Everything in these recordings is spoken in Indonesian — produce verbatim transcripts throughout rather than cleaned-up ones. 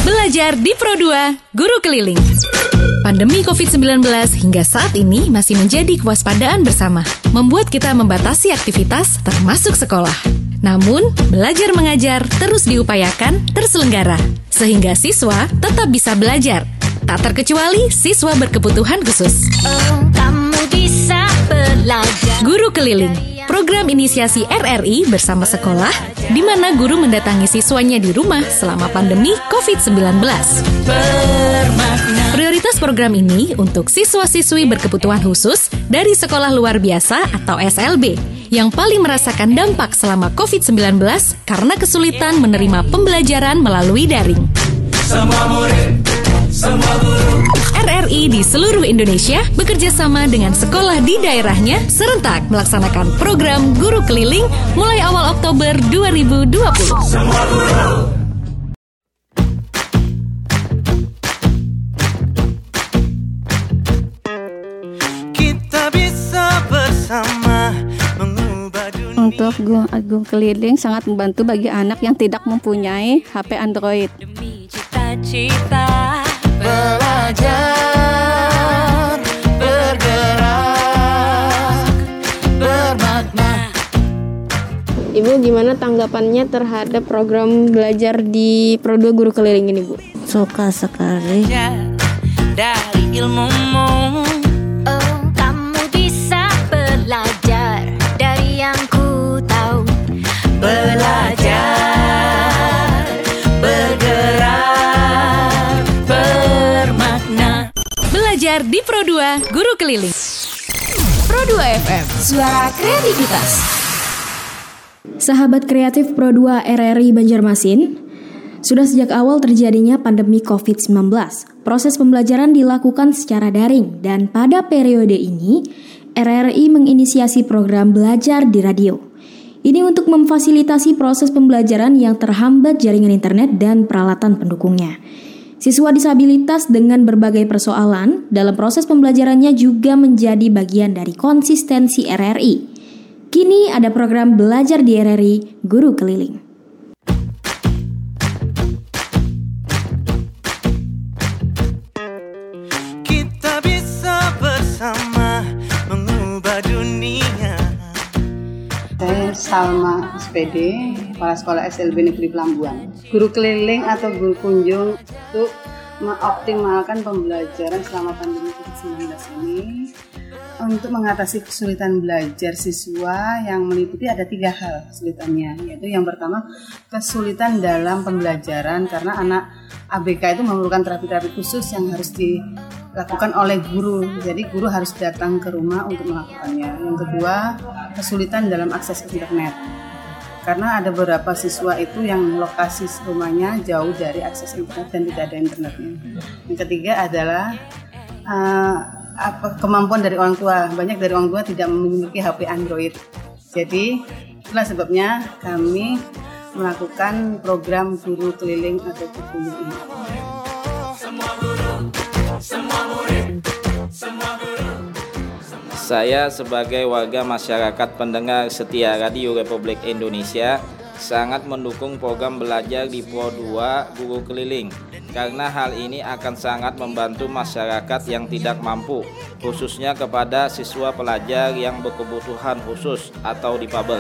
Belajar di Pro dua, Guru Keliling. Pandemi covid sembilan belas hingga saat ini masih menjadi kewaspadaan bersama, membuat kita membatasi aktivitas termasuk sekolah. Namun, belajar mengajar terus diupayakan terselenggara, sehingga siswa tetap bisa belajar. Tak terkecuali siswa berkebutuhan khusus. Oh, kamu bisa belajar. Guru Keliling, program inisiasi R R I bersama sekolah, di mana guru mendatangi siswanya di rumah selama pandemi covid sembilan belas. Prioritas program ini untuk siswa-siswi berkebutuhan khusus dari sekolah luar biasa atau S L B yang paling merasakan dampak selama covid sembilan belas karena kesulitan menerima pembelajaran melalui daring. Semua murid, semua guru. R R I di seluruh Indonesia bekerja sama dengan sekolah di daerahnya serentak melaksanakan program Guru Keliling mulai awal Oktober dua ribu dua puluh. Semua guru. Kita bisa bersama mengubah dunia. Untuk Guru Keliling sangat membantu bagi anak yang tidak mempunyai H P Android. Demi cita-cita Belajar, bergerak, bermakna. Ibu, gimana tanggapannya terhadap program belajar di Pro dua Guru Keliling ini, Bu? Suka sekali. dari ilmumu. Oh, kamu bisa belajar dari yang ku tahu. Belajar, bergerak, bermakna. Belajar di Pro dua, Guru Keliling. Pro dua F M, suara kreativitas. Sahabat kreatif Pro dua R R I Banjarmasin, sudah sejak awal terjadinya pandemi covid sembilan belas, proses pembelajaran dilakukan secara daring dan pada periode ini, R R I menginisiasi program belajar di radio. Ini untuk memfasilitasi proses pembelajaran yang terhambat jaringan internet dan peralatan pendukungnya. Siswa disabilitas dengan berbagai persoalan dalam proses pembelajarannya juga menjadi bagian dari konsistensi R R I. Kini ada program belajar di R R I Guru Keliling. Kita bisa bersama mengubah dunia. Saya Salma S P D, Kepala Sekolah S L B Negeri Pelambuan. Guru keliling atau guru kunjung untuk mengoptimalkan pembelajaran selama pandemi covid sembilan belas ini untuk mengatasi kesulitan belajar siswa yang meliputi ada tiga hal kesulitannya, yaitu yang pertama kesulitan dalam pembelajaran karena anak A B K itu memerlukan terapi-terapi khusus yang harus dilakukan oleh guru, jadi guru harus datang ke rumah untuk melakukannya. Yang kedua, kesulitan dalam akses internet karena ada beberapa siswa itu yang lokasi rumahnya jauh dari akses internet dan tidak ada internetnya. Yang ketiga adalah uh, apa, kemampuan dari orang tua. Banyak dari orang tua tidak memiliki H P Android. Jadi itulah sebabnya kami melakukan program guru keliling atau guru kunjung ini. Semua guru, semua murid, semua guru. Saya sebagai warga masyarakat pendengar setia Radio Republik Indonesia sangat mendukung program belajar di Pro dua Guru Keliling karena hal ini akan sangat membantu masyarakat yang tidak mampu, khususnya kepada siswa pelajar yang berkebutuhan khusus atau difabel.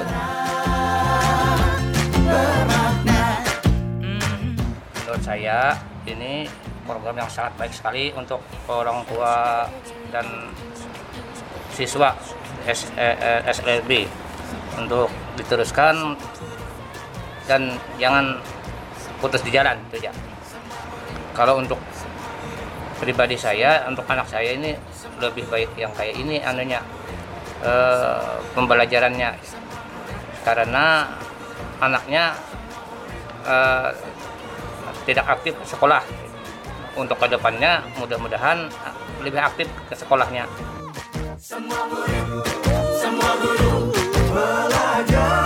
Menurut saya ini program yang sangat baik sekali untuk orang tua dan siswa S L B untuk diteruskan dan jangan putus di jalan itu ya. Kalau untuk pribadi saya, untuk anak saya ini lebih baik yang kayak ini anunya e, pembelajarannya karena anaknya e, tidak aktif sekolah. Untuk kedepannya mudah-mudahan lebih aktif ke sekolahnya. Semua murid, semua guru belajar,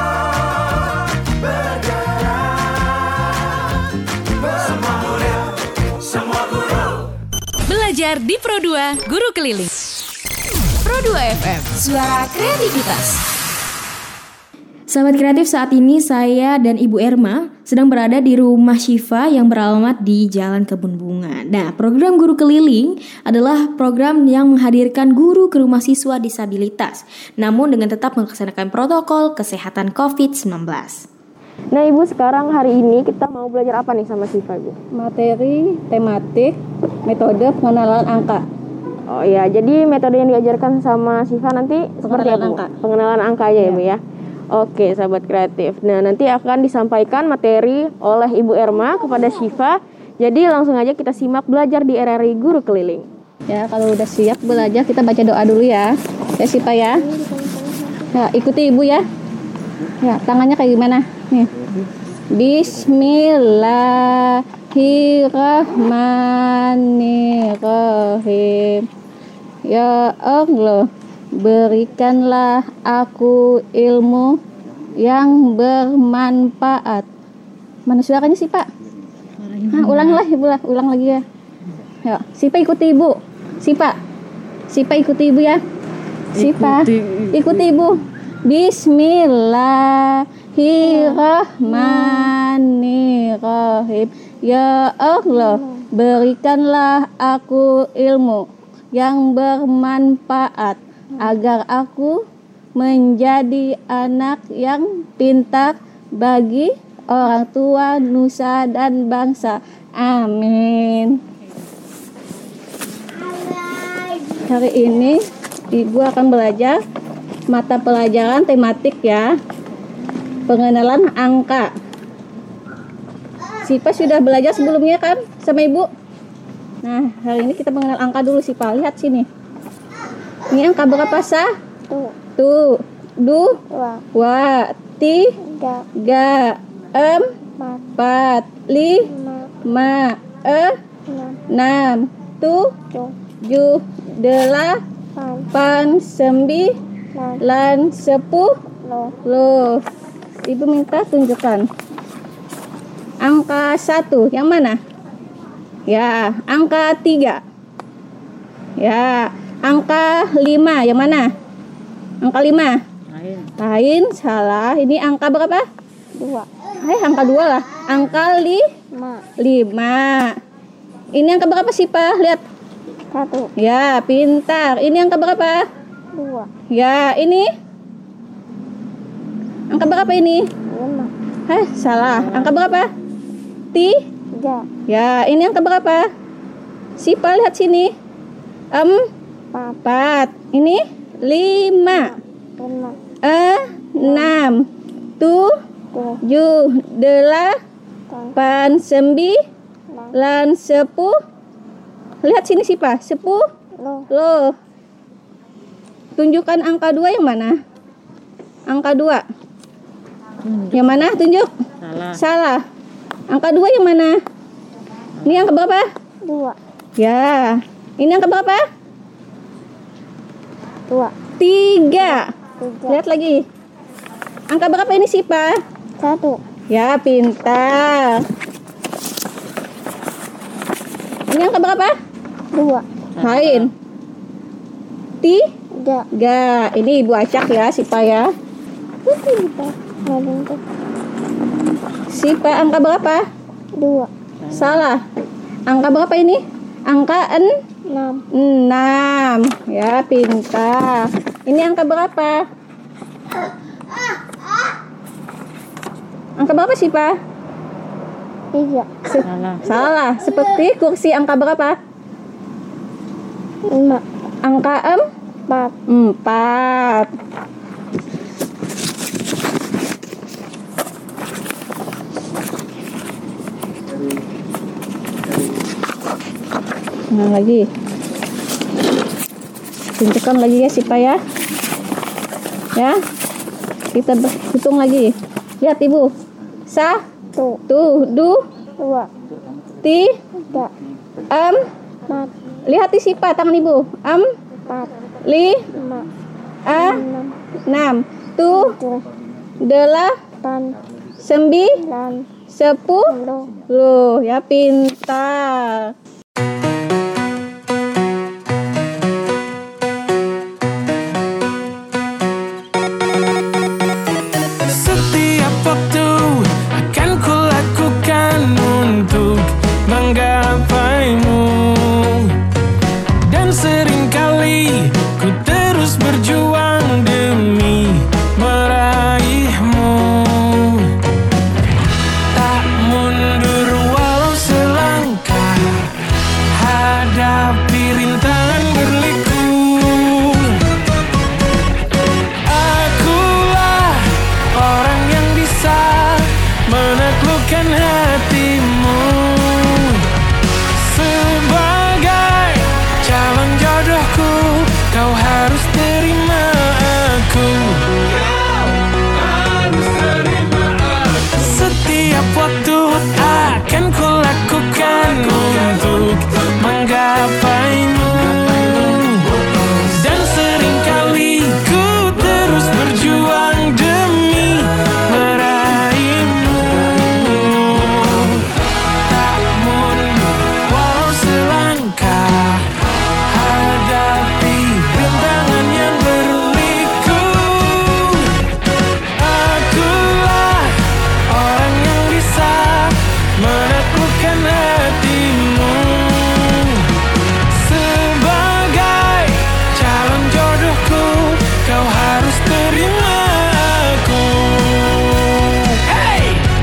bergerak, semua murid, semua guru. Belajar di Pro dua, Guru Keliling. Pro dua F M, suara kreativitas. Sahabat kreatif, saat ini saya dan Ibu Erma sedang berada di rumah Syifa yang beralamat di Jalan Kebun Bunga. Nah, program Guru Keliling adalah program yang menghadirkan guru ke rumah siswa disabilitas, namun dengan tetap melaksanakan protokol kesehatan covid sembilan belas. Nah Ibu, sekarang hari ini kita mau belajar apa nih sama Syifa, Ibu? Materi tematik metode pengenalan angka. Oh iya, jadi metode yang diajarkan sama Syifa nanti seperti apa, Bu? angka. Pengenalan angka aja ya, Bu ya. Oke, sahabat kreatif. Nah, nanti akan disampaikan materi oleh Ibu Erma kepada Syifa. Jadi langsung aja kita simak belajar di R R I Guru Keliling. Ya, kalau udah siap belajar kita baca doa dulu ya. Ya Syifa ya. Ya, ikuti Ibu ya. Ya, tangannya kayak gimana? Nih. Bismillahirrahmanirrahim. Ya Allah, berikanlah aku ilmu yang bermanfaat. Mana suaranya sih Pak? Nah, ulanglah Ibu lah, ulang lagi ya. Ya, Sipa ikuti Ibu. Sipa. Sipa ikuti Ibu ya. Sipa. Ikuti Ibu. Bismillahirrahmanirrahim. Ya Allah, berikanlah aku ilmu yang bermanfaat agar aku menjadi anak yang pintar bagi orang tua, nusa, dan bangsa. Amin. Hari ini Ibu akan belajar mata pelajaran tematik ya. Pengenalan angka. Sipa sudah belajar sebelumnya kan sama Ibu? Nah, hari ini kita mengenal angka dulu Sipa. Lihat sini. Ini angka berapa sah? Tuh. Tuh. Du. Wah. Wa. Ti. Ga. Ga. Em. Mat. Pat. Li. Ma. Ma. E. Enam. Enam. Tu. Tuh. Ju. Dela. Pan. Pan. Sembi. Lan. Lan. Sepuh. Lo. Lo. Ibu minta tunjukkan. Angka satu. Yang mana? Ya. Angka tiga. Ya. Angka lima. Yang mana? Angka lima. Lain. Lain. Salah. Ini angka berapa? Dua. Eh, angka dua lah. Angka li. Ma. Lima. Ini angka berapa sih Pak? Lihat. Satu. Ya, pintar. Ini angka berapa? Dua. Ya, ini. Angka berapa ini? Lima. Eh, salah. Angka berapa? Ti. Tiga. Ya, ini angka berapa? Sipa, lihat sini. Em. Empat. Empat. Ini lima. Lima. Eh, enam. Tuh. Tujuh. Delapan. Sembilan. Sepuluh. Lihat sini Sipa. Sepuluh. Lo. Loh. Tunjukkan angka dua yang mana? Angka dua. Yang mana? Tunjuk. Salah. Salah. Angka dua yang mana? Ini angka berapa? Dua. Ya. Ini angka berapa? Dua. Tiga. Tiga. Lihat lagi. Angka berapa ini sih Pak? Satu. Ya, pintar. Ini angka berapa? Dua. Lain. Tiga. Tiga. Ini Ibu acak ya, Sipa ya. Tiga. Sipa angka berapa? Dua. Salah. Angka berapa ini? Angka en? Enam. Enam. Ya, pintar. Ini angka berapa? Angka berapa sih, Pak? Tiga. Se- Salah. Salah. Seperti kursi angka berapa? Lima. Angka em? Empat. Empat. Nah, lagi. Tunjukkan lagi ya Sipa ya. Ya. Kita hitung lagi. Lihat Ibu. Satu. Tuh, du. Dua. Tiga. Em. Empat. Lihat di Sipa tangan Ibu. Em. Empat. Li. Lima. A. Enam. Enam. Tuh. Tujuh. Delapan. Sembilan. Dan. Sepuluh. Loh, ya pintar. menaklukkan hatimu. Sebagai calon jodohku, kau harus terima aku. Hey!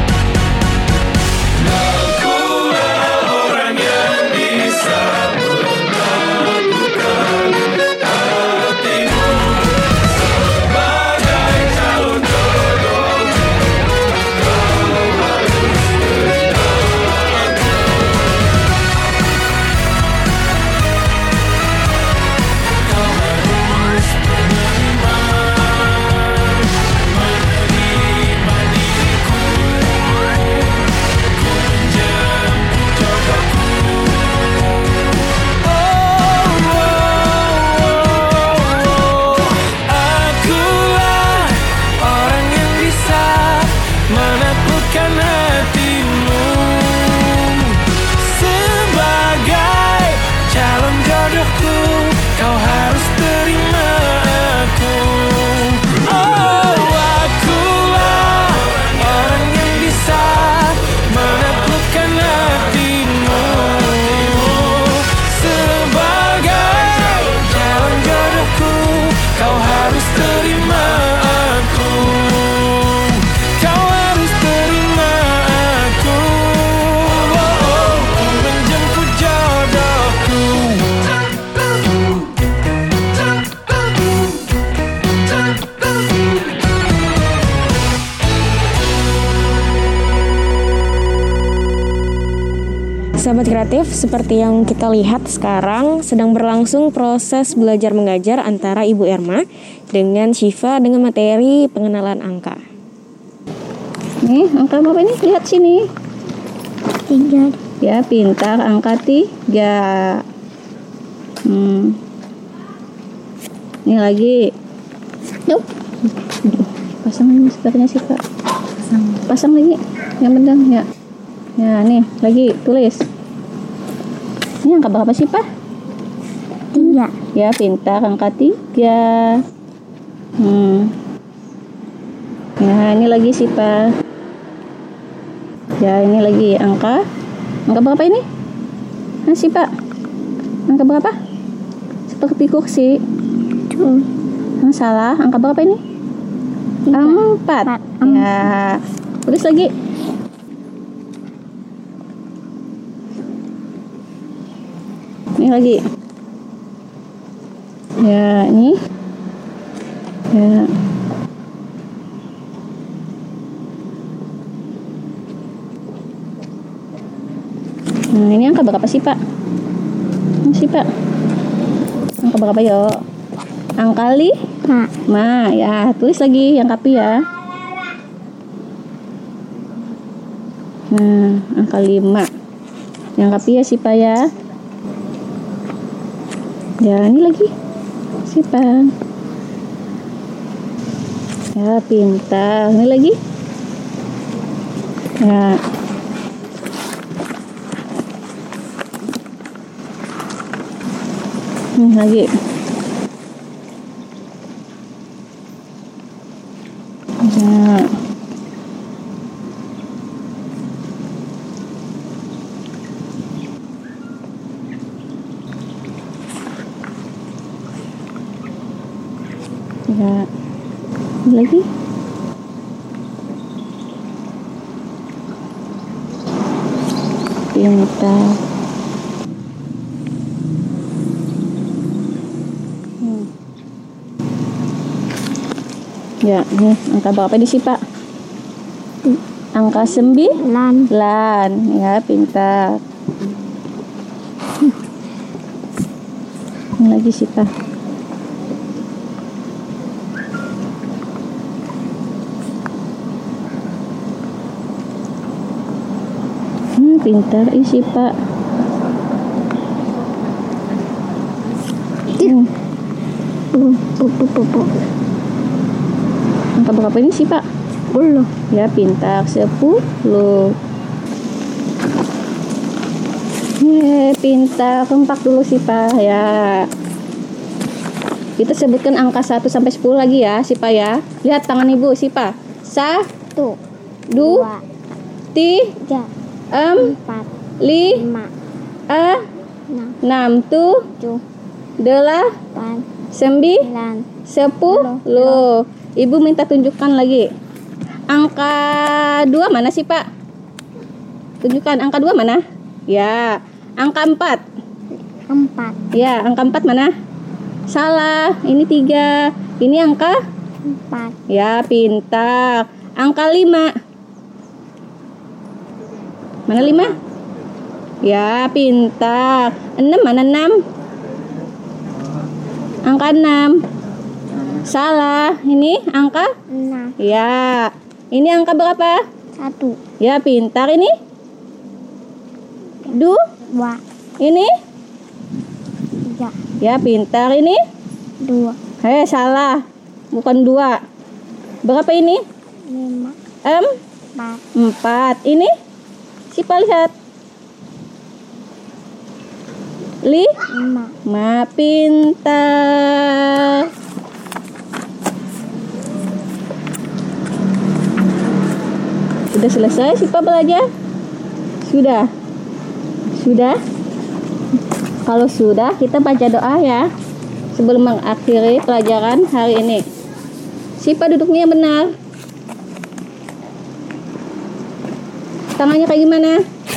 Akulah orang yang bisa menaklukkan hatimu. Sebagai calon jodohku, kau harus terima aku. Kau harus menerima, menerima diriku. Ku menjemput jodohku. Oh, oh, oh. Akulah orang yang bisa menaklukkan hatimu. Sebagai calon jodohku, kau harus terima aku. Oh, akulah orang yang bisa menaklukkan hatimu. Sebagai calon jodohku, kau harus terima aku. Kau harus terima aku. Oh, oh, ku menjemput jodohku. Sahabat kreatif, seperti yang kita lihat sekarang sedang berlangsung proses belajar mengajar antara Ibu Erma dengan Syifa dengan materi pengenalan angka. Nih, angka berapa ini? Lihat sini. Tiga. Ya, pintar. Angka tiga. Hmm. Ini lagi. Yuk. Pasang lagi sepertinya sih, Pak. Pasang. Pasang lagi. Yang benar, ya. Ya, nih, lagi tulis. Ini angka berapa sih, Pak? Tiga. Ya, pintar. Angka tiga. Hmm. Ya, ini lagi sih, Pak. Ya, ini lagi angka. Angka berapa ini? Nah, sih, Pak. Angka berapa? Seperti kursi. Tuh. Nah, salah. Angka berapa ini? Tiga. Empat. Empat. Ya. Tulis lagi. Ini lagi. Ya, ini. Ya. Nah, ini angka berapa sih, Pak? Ini sih, Pak. Angka berapa, yuk? Angka lima. Ma, ya, tulis lagi yang kapi ya. Nah, angka lima. Yang kapi ya, sih, Pak ya. Ya, ini lagi. Sih, Pak. Ya, pintar. Ini lagi. Ya. Ini lagi. Ya. Ya. Ini lagi. Pintar. Ya, nih angka berapa di sini, Pak? Angka sembilan. Lan, ya, pintar. Ini lagi sih, Pak. Hmm, pintar isi, Pak. Hmm. Angka berapa ini sih, Pak? Sepuluh. Ya, pintar. Sepuluh. Ye, pintar. Keempat dulu sih, Pak. Ya. Kita sebutkan angka satu sampai sepuluh lagi ya, sih, Pak ya. Lihat tangan Ibu, sih, Pak. Satu. Dua. Tiga. Em, empat, li, lima, a, enam, enam, tu, tujuh, delapan, delapan, sembi, sembilan, sepuluh. Ibu minta tunjukkan lagi. Angka dua mana sih Pak? Tunjukkan angka dua mana? Ya, angka empat. empat, Ya, angka empat mana? Salah, ini tiga. Ini angka? empat, Ya, pintar. Angka lima. Mana lima? Ya, pintar. Enam mana enam? Angka enam. Salah, ini angka? enam, Ya. Ini angka berapa? satu, Ya, pintar ini. Du, dua, ini? tiga, Ya, pintar ini. dua, Hei, salah. Bukan dua. Berapa ini? lima, Em, empat, empat. Ini? Siapa lihat? Li? lima. Ma, pintar. Sudah selesai Sipa belajar? Sudah? Sudah? Kalau sudah, kita baca doa ya sebelum mengakhiri pelajaran hari ini. Sipa duduknya yang benar. Tangannya kayak gimana?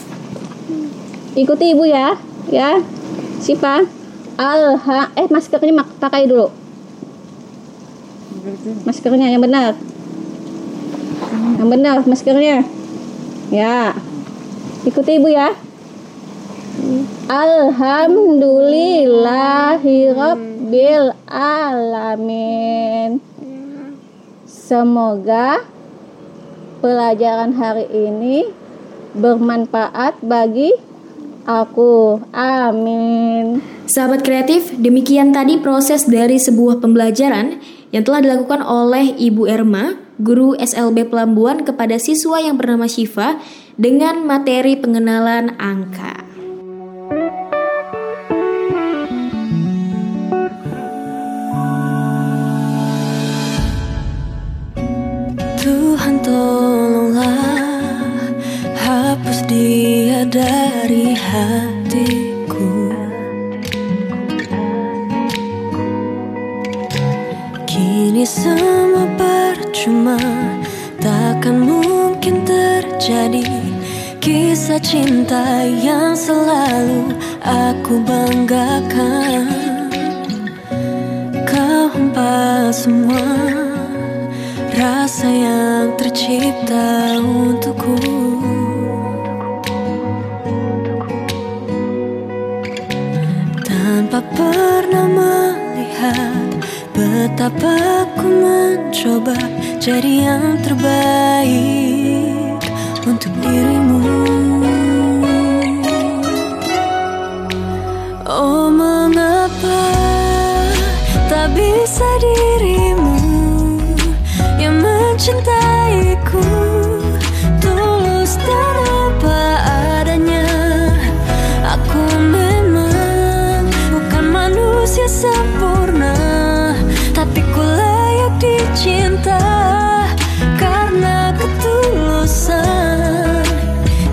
Ikuti ibu ya. Ya. Sipa. Alha eh maskernya mak pakai dulu. Maskernya yang benar. Yang benar maskernya. Ya. Ikuti ibu ya. Alhamdulillahirabbil alamin. Semoga pelajaran hari ini bermanfaat bagi aku. Amin. Sahabat kreatif, demikian tadi proses dari sebuah pembelajaran yang telah dilakukan oleh Ibu Erma, guru S L B Pelambuan kepada siswa yang bernama Syifa dengan materi pengenalan angka. Tuhan tolonglah hapus dia dari hatiku. Kini semua percuma, takkan mungkin terjadi kisah cinta yang selalu aku banggakan. Kau hempas semua rasa yang tercipta untukku. Tanpa pernah melihat betapa ku mencoba jadi yang terbaik untuk dirimu. Oh, mengapa tak bisa dirimu yang mencintaiku tulus dan apa adanya. Aku memang bukan manusia sempurna, tapi ku layak dicinta karena ketulusan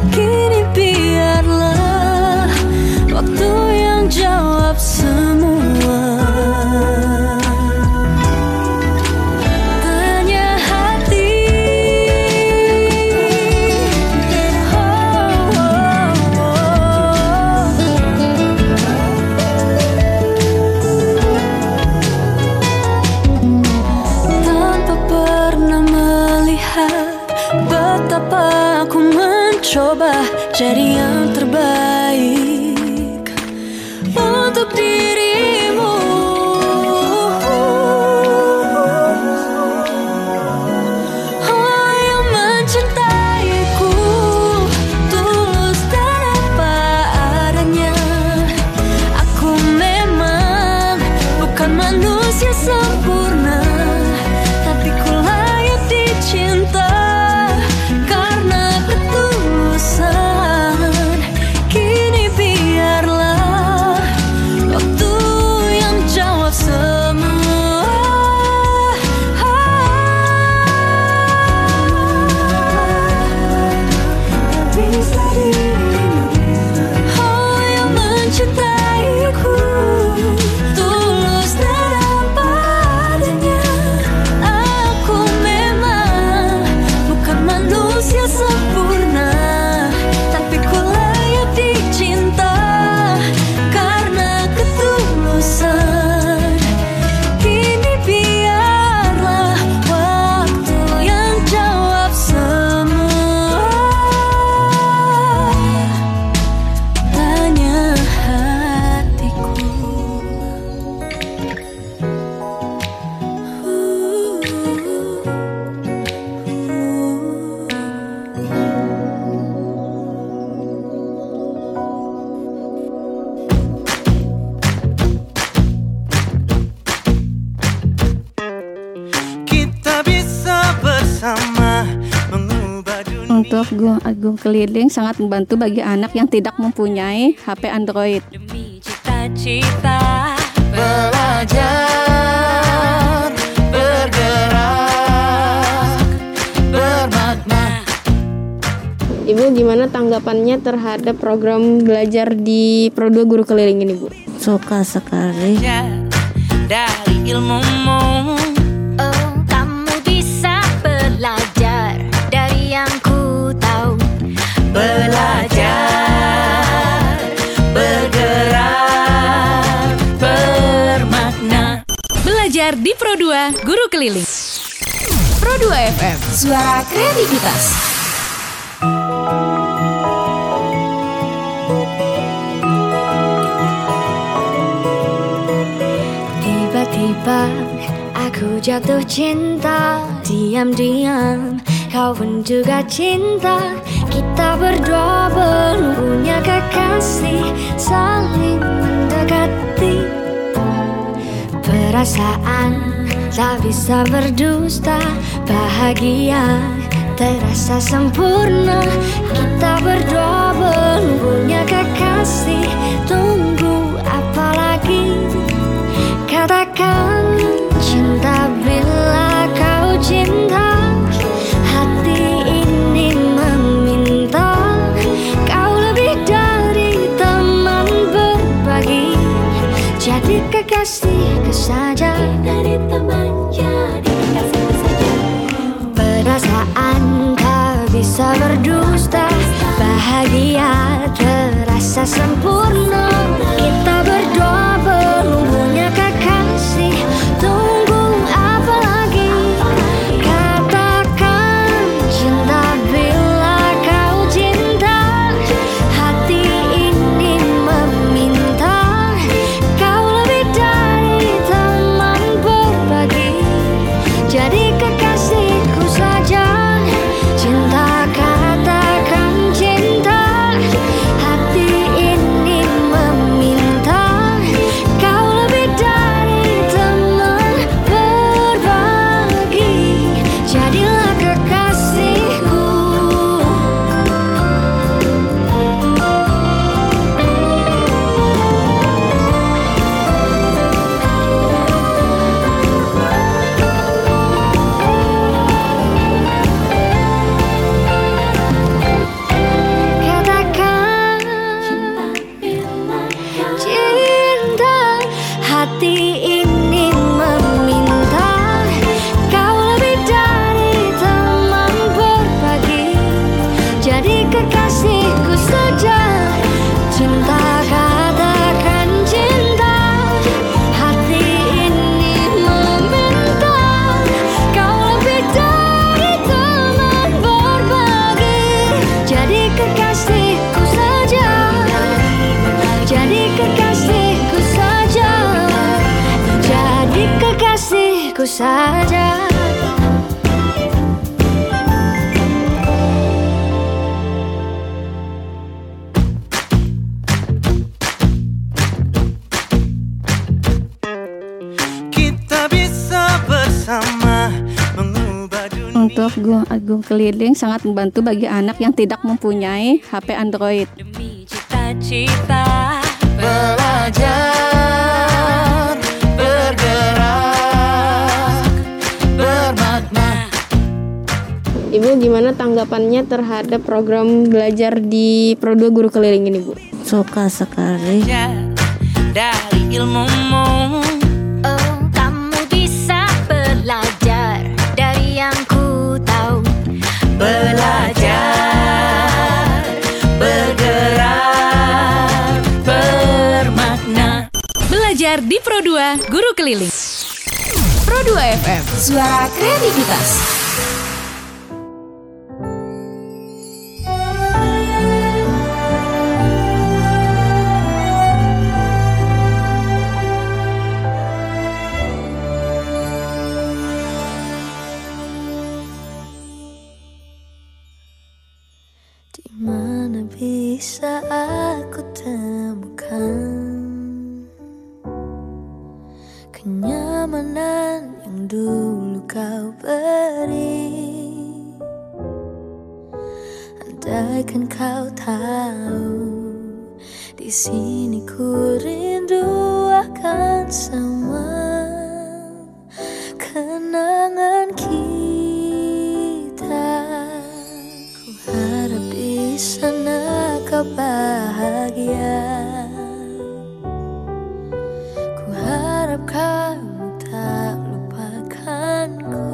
Untuk Guru Agung Keliling sangat membantu bagi anak yang tidak mempunyai H P Android. Demi cita-cita belajar, bergerak, bermakna. Ibu gimana tanggapannya terhadap program belajar di Pro dua Guru Keliling ini, Bu? Suka sekali. Dari ilmumu, oh kamu bisa belajar dari yang ku tahu. Belajar, bergerak, bermakna. Belajar di Pro dua Guru Keliling. Pro dua F M, suara kreativitas. Tiba-tiba aku jatuh cinta, diam-diam kau pun juga cinta. Kita berdua belum punya kekasih, saling mendekati. Perasaan tak bisa berdusta, bahagia terasa sempurna. Kita berdua belum punya kekasih, tunggu apa lagi? Katakan cinta bila kau cinta. Hati ini meminta kau lebih dari teman berbagi. Jadi kekasihku saja, dari teman jadi kekasihku saja. Perasaan tak bisa berdusta, bahagia terasa sempurna. Kita berdua belum punya kekasih, tunggu apa lagi? Katakan cinta bila kau cinta. Hati ini meminta kau lebih dari teman berbagi. Jadi kekasihku saja, cinta katakan cinta. Hati ini meminta kau lebih dari teman berbagi. Jadilah kekasihku. Katakan cinta, hati ini meminta kau lebih dari teman berbagi. Jadi kekasihku saja, cinta katakan cinta. Hati ini meminta kau lebih dari teman berbagi. Jadi kekasihku saja, jadi kekasihku saja, jadi kekasihku saja. Kita bisa bersama mengubah dunia. Untuk Guru Agung Keliling sangat membantu bagi anak yang tidak mempunyai H P Android. Demi cita-cita Belajar, bergerak, bermakna. Ibu gimana tanggapannya terhadap program belajar di Pro dua Guru Keliling ini, Bu? Suka sekali. dari ilmumu, oh kamu bisa belajar dari yang ku tahu. Belajar, bergerak, bermakna. Belajar di Pro dua Guru Keliling. Pro dua F M, suara kreativitas. Dimana bisa aku temukan kenyamanan yang dulu kau beri. Di sini ku rindu akan semua kenangan kita. Ku harap di sana kau bahagia. Ku harap kamu tak lupakanku.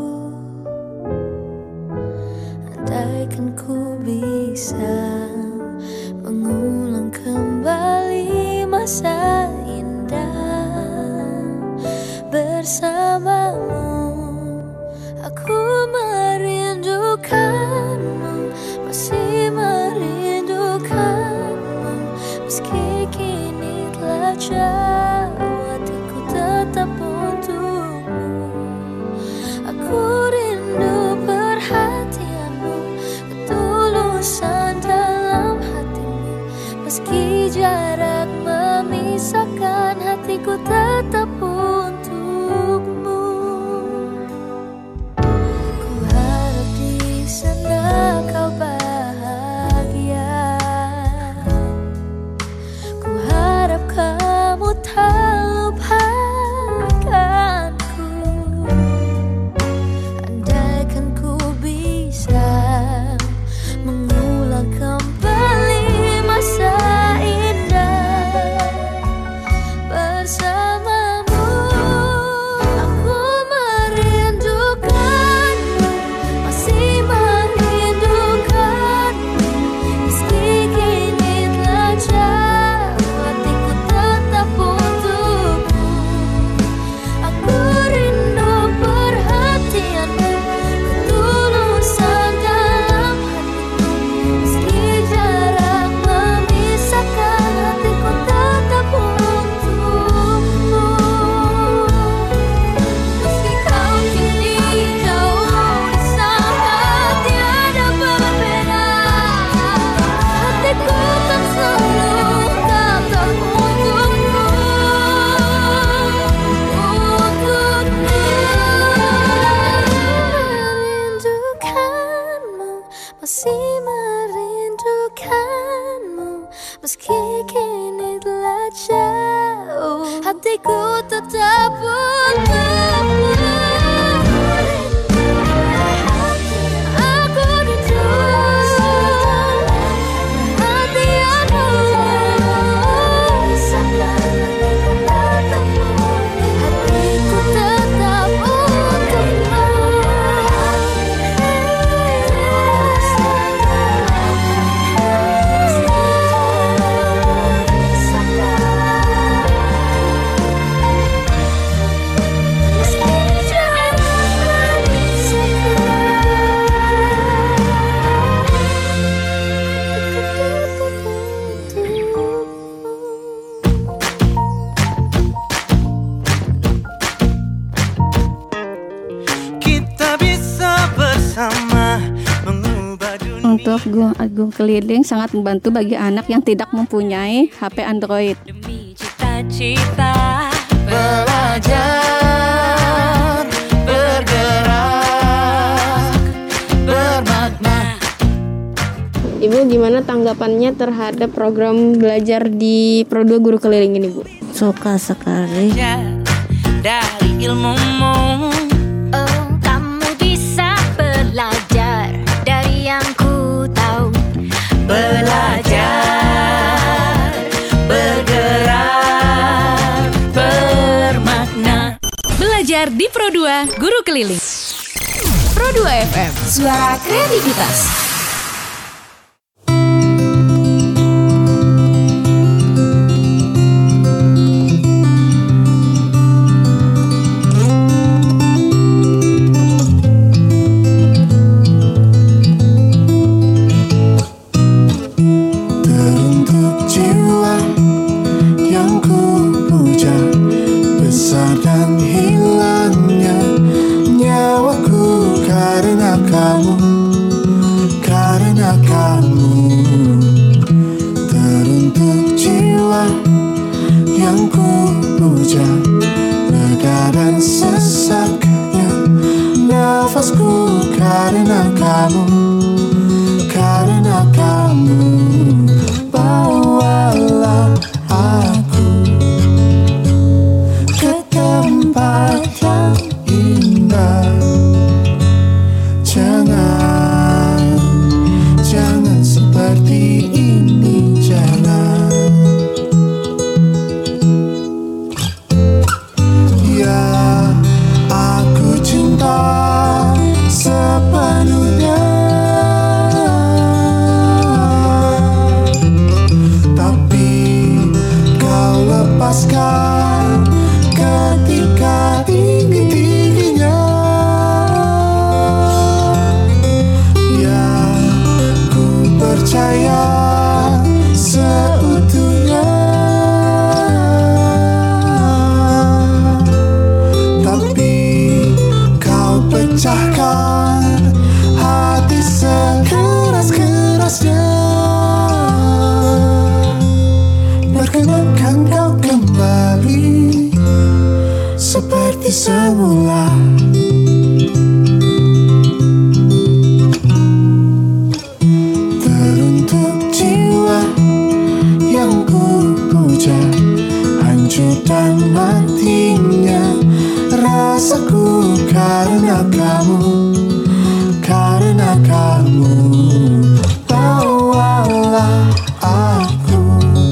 Andaikan ku bisa mengulang kembali masa indah bersamamu. Aku merindukanmu, masih merindukanmu. Meski kini telah jauh, hatiku tetap untukmu. Aku rindu perhatianmu, ketulusan dalam hatimu. Meski jarak memisahkan, hatiku tetap untukmu. Ku harap di sana kau bahagia. Ku harap kamu tak lupakanku. Andaikan ku bisa mengulang kembali masa indah bersamamu. Aku merindukanmu, masih merindukanmu. Meski kini telah jauh, hatiku tetap untukmu. Aku rindu perhatianmu, ketulusan dalam hatiku. Meski jarak memisahkan, hatiku tetap untukmu. Meski kau kini jauh di sana, tiada berbeda. Hatiku tak selalu tetap untukmu. Untukmu. Merindukanmu, masih merindukanmu. Meski kini telah jauh, hatiku tetap untukmu. Aku rindu perhatianmu. Hatiku tetap untukmu. Kita bisa bersama mengubah dunia. Untuk Gung Agung Keliling sangat membantu bagi anak yang tidak mempunyai H P Android. Demi cita-cita Belajar, bergerak, bermakna. Ibu, gimana tanggapannya terhadap program belajar di Pro dua Guru Keliling ini, Bu? Suka sekali. dari ilmumu. Oh, kamu bisa belajar dari yang ku tahu. Belajar, bergerak, bermakna. Belajar di Pro dua Guru Keliling. Pro dua F M, suara kreativitas. seperti semula. Teruntuk jiwa yang ku puja, hancur dan matinya rasaku karena kamu, karena kamu. Bawalah aku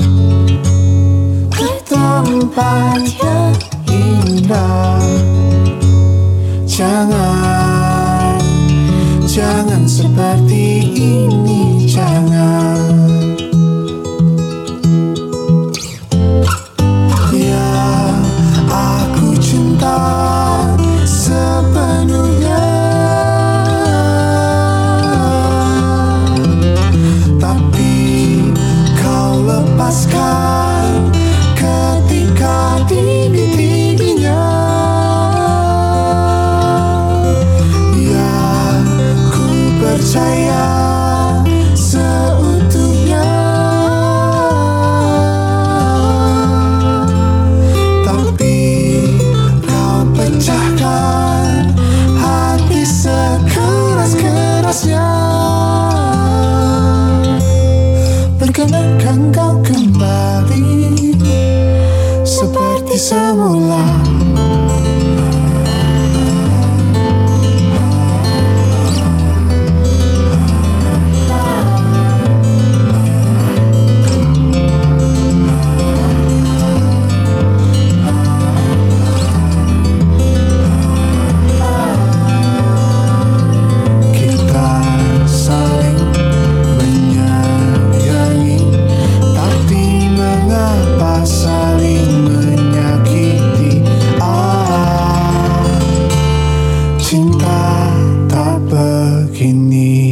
ke tempat yang indah. Jangan, jangan seperti ini, jangan. Ya, aku cinta sepenuhnya, tapi kau lepaskan ketika dini-dininya. Ya, ku percaya seutuhnya, tapi kau pecahkan hati sekeras-kerasnya. Perkenankan kau kembali seperti semula. Kita saling menyayangi, tapi mengapa saling menyakiti? Ah, cinta tak begini.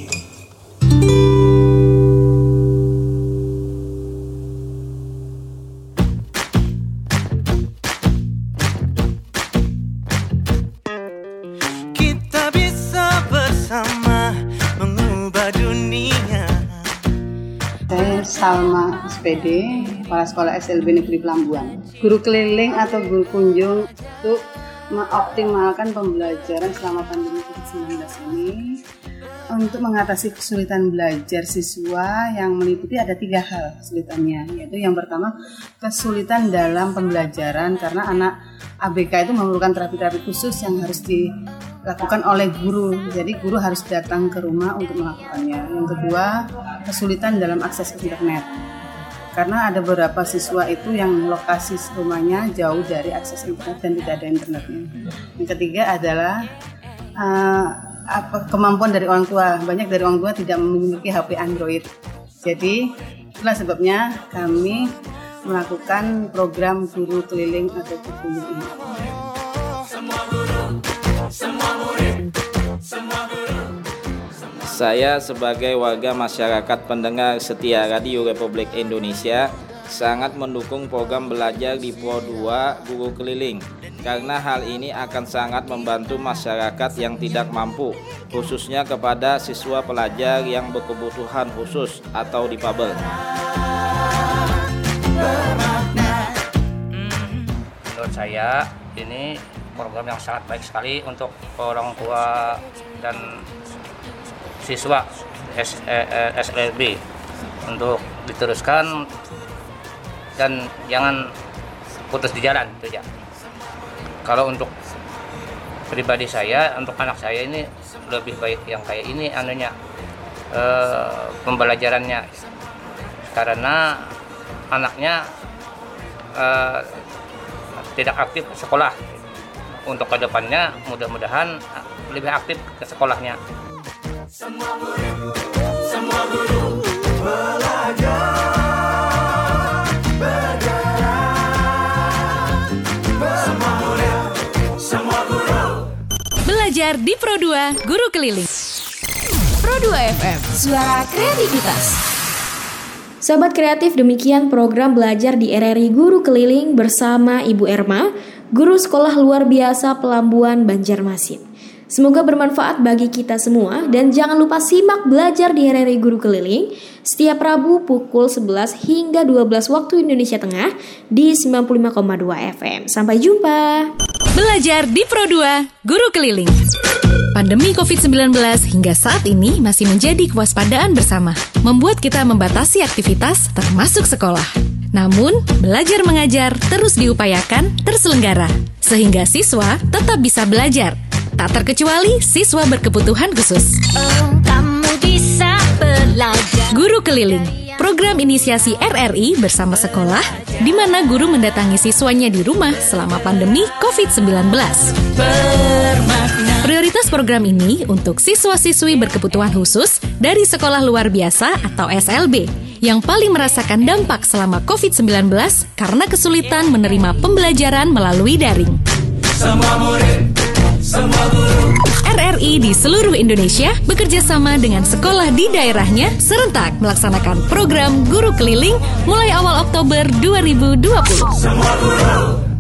Kita bisa bersama mengubah dunia. Saya Salma S P D, Kepala Sekolah S L B Negeri Pelambuan. Guru keliling atau guru kunjung untuk mengoptimalkan pembelajaran selama pandemi covid sembilan belas ini untuk mengatasi kesulitan belajar siswa yang meliputi ada tiga hal kesulitannya, yaitu yang pertama kesulitan dalam pembelajaran karena anak A B K itu memerlukan terapi-terapi khusus yang harus dilakukan oleh guru, jadi guru harus datang ke rumah untuk melakukannya. Yang kedua, kesulitan dalam akses internet karena ada beberapa siswa itu yang lokasi rumahnya jauh dari akses internet dan tidak ada internetnya. Yang ketiga adalah uh, apa, kemampuan dari orang tua. Banyak dari orang tua tidak memiliki H P Android. Jadi itulah sebabnya kami melakukan program guru keliling atau guru kunjung ini. Semua guru, semua murid, semua guru. Saya sebagai warga masyarakat pendengar setia Radio Republik Indonesia sangat mendukung program belajar di Pro dua Guru Keliling karena hal ini akan sangat membantu masyarakat yang tidak mampu, khususnya kepada siswa pelajar yang berkebutuhan khusus atau difabel. Menurut saya ini program yang sangat baik sekali untuk orang tua dan siswa S L B untuk diteruskan dan jangan putus di jalan itu ya. Kalau untuk pribadi saya, untuk anak saya ini lebih baik yang kayak ini anunya e, pembelajarannya karena anaknya e, tidak aktif ke sekolah. Untuk kedepannya mudah-mudahan lebih aktif ke sekolahnya. Semua murid, semua guru belajar, bergerak. Semua murid, semua guru Belajar di Pro dua Guru Keliling. Pro dua F M, suara kreativitas. Sahabat kreatif, demikian program belajar di R R I Guru Keliling bersama Ibu Erma, Guru Sekolah Luar Biasa Pelambuan Banjarmasin. Semoga bermanfaat bagi kita semua dan jangan lupa simak belajar di R R I Guru Keliling setiap Rabu pukul sebelas hingga dua belas waktu Indonesia Tengah di sembilan puluh lima koma dua F M. Sampai jumpa. Belajar di Pro dua Guru Keliling. Pandemi covid sembilan belas hingga saat ini masih menjadi kewaspadaan bersama, membuat kita membatasi aktivitas termasuk sekolah. Namun, belajar mengajar terus diupayakan terselenggara, sehingga siswa tetap bisa belajar. Tak terkecuali siswa berkebutuhan khusus. Oh, kamu bisa belajar. Guru Keliling, program inisiasi R R I bersama sekolah, di mana guru mendatangi siswanya di rumah selama pandemi covid sembilan belas. Prioritas program ini untuk siswa-siswi berkebutuhan khusus dari sekolah luar biasa atau S L B yang paling merasakan dampak selama covid sembilan belas karena kesulitan menerima pembelajaran melalui daring. Semua murid, semua guru. R R I di seluruh Indonesia bekerja sama dengan sekolah di daerahnya serentak melaksanakan program Guru Keliling mulai awal Oktober dua ribu dua puluh. Semua guru.